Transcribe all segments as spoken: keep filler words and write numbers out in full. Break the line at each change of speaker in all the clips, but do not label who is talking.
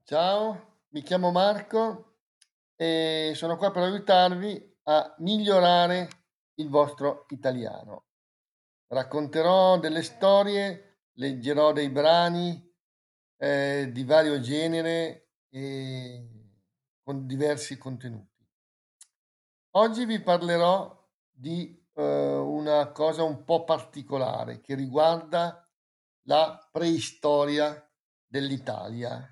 Ciao, mi chiamo Marco e sono qua per aiutarvi a migliorare il vostro italiano. Racconterò delle storie, leggerò dei brani eh, di vario genere e con diversi contenuti. Oggi vi parlerò di eh, una cosa un po' particolare che riguarda la preistoria dell'Italia.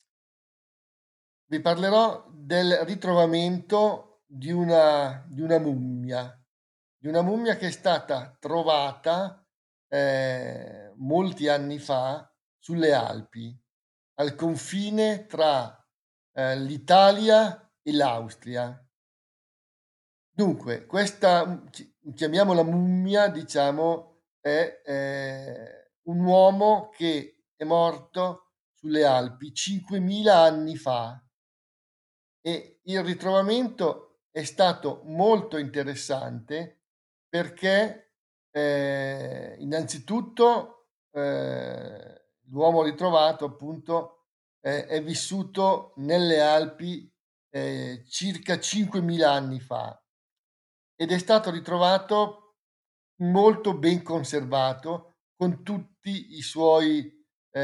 Vi parlerò del ritrovamento di una di una mummia, di una mummia che è stata trovata, ehm, molti anni fa sulle Alpi, al confine tra, ehm, l'Italia e l'Austria. Dunque, questa mhmm, chi chiamiamola mummia, diciamo, è, ehm, un uomo che è morto sulle Alpi cinquemila anni fa. E il ritrovamento è stato molto interessante perché, ehm, innanzitutto, ehm, l'uomo ritrovato appunto è è vissuto nelle Alpi, ehm, circa cinquemila anni fa ed è stato ritrovato molto ben conservato con tutti i suoi,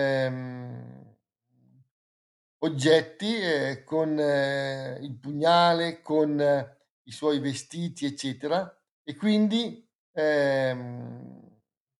ehm oggetti, ehm, con eh, il pugnale, con eh, i suoi vestiti, eccetera, e quindi, ehm,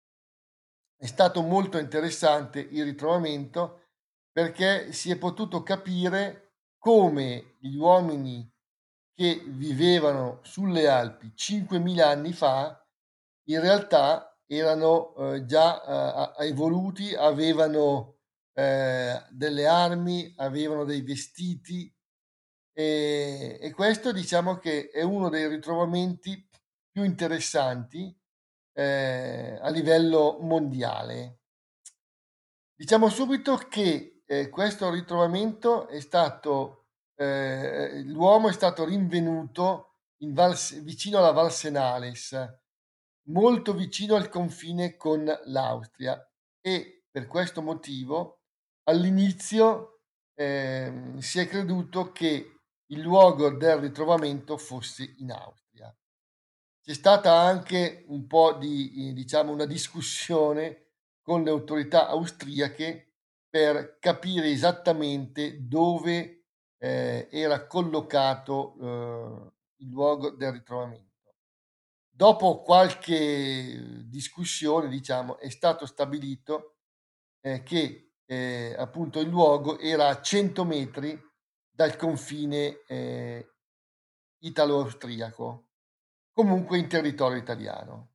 è stato molto interessante il ritrovamento perché si è potuto capire come gli uomini che vivevano sulle Alpi cinquemila anni fa in realtà erano, uhm, già, a a evoluti, avevano, ehm, delle armi, avevano dei vestiti, ehm, e questo diciamo che è uno dei ritrovamenti più interessanti, ehm, a livello mondiale. Diciamo subito che, ehm, questo ritrovamento è stato ehm, l'uomo è stato rinvenuto in Val S vicino alla Val Senales, molto vicino al confine con l'Austria e per questo motivo all'inizio, ehm, si è creduto che il luogo del ritrovamento fosse in Austria. C'è stata anche un po' di, i diciamo, una discussione con le autorità austriache per capire esattamente dove, ehm, era collocato, uhm, il luogo del ritrovamento. Dopo qualche discussione, diciamo, è stato stabilito, ehm, che, ehm, appunto il luogo era a cento metri dal confine, ehm, italo-austriaco, comunque in territorio italiano.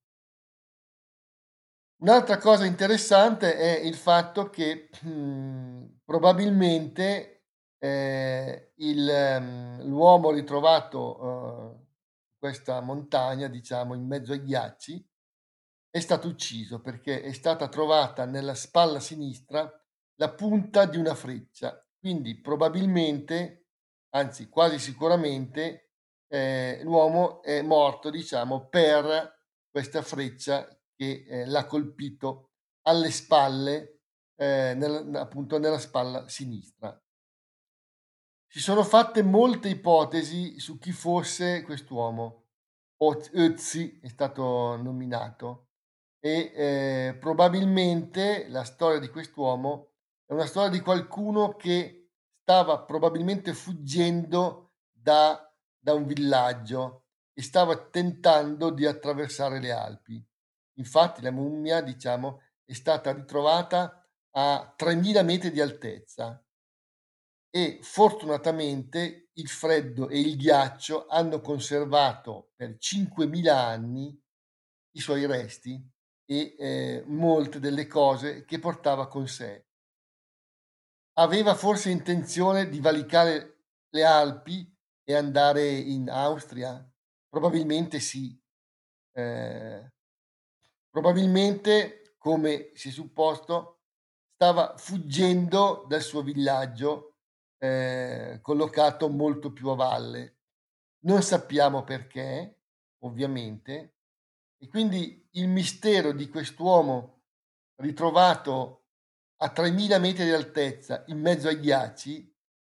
Un'altra cosa interessante è il fatto che, mhmm, probabilmente, ehm, il mhmm, l'uomo ritrovato, uhm, questa montagna, diciamo, in mezzo ai ghiacci, è stato ucciso perché è stata trovata nella spalla sinistra la punta di una freccia. Quindi probabilmente, anzi quasi sicuramente, ehm, l'uomo è morto, diciamo, per questa freccia che, ehm, l'ha colpito alle spalle, ehm, nel appunto nella spalla sinistra. Si sono fatte molte ipotesi su chi fosse quest'uomo. Oz Ötzi è stato nominato e, ehm, probabilmente la storia di quest'uomo è una storia di qualcuno che stava probabilmente fuggendo da da un villaggio e stava tentando di attraversare le Alpi. Infatti la mummia, diciamo, è stata ritrovata a tremila metri di altezza e fortunatamente il freddo e il ghiaccio hanno conservato per cinquemila anni i suoi resti e, ehm, molte delle cose che portava con sé. Aveva forse intenzione di valicare le Alpi e andare in Austria? Probabilmente sì. Ehm, probabilmente, come si è supposto, stava fuggendo dal suo villaggio, ehm, collocato molto più a valle. Non sappiamo perché, ovviamente, e quindi il mistero di quest'uomo ritrovato a tremila metri di altezza in mezzo ai ghiacci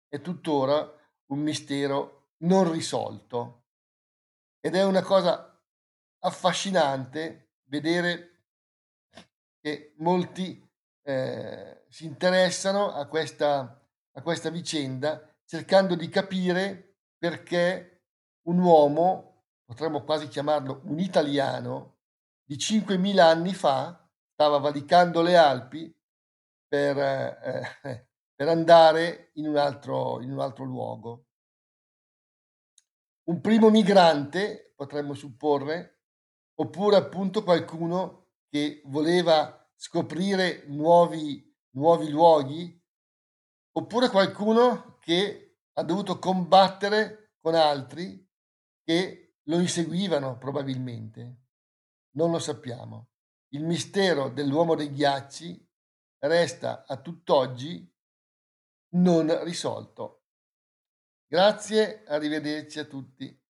è tuttora un mistero non risolto. Ed è una cosa affascinante vedere che molti, ehm, si interessano a questa a questa vicenda, cercando di capire perché un uomo, potremmo quasi chiamarlo un italiano, di cinquemila anni fa stava valicando le Alpi per ehm, per andare in un altro in un altro luogo. Un primo migrante, potremmo supporre, oppure appunto qualcuno che voleva scoprire nuovi nuovi luoghi, oppure qualcuno che ha dovuto combattere con altri che lo inseguivano probabilmente. Non lo sappiamo. Il mistero dell'uomo dei ghiacci resta a tutt'oggi non risolto. Grazie, arrivederci a tutti.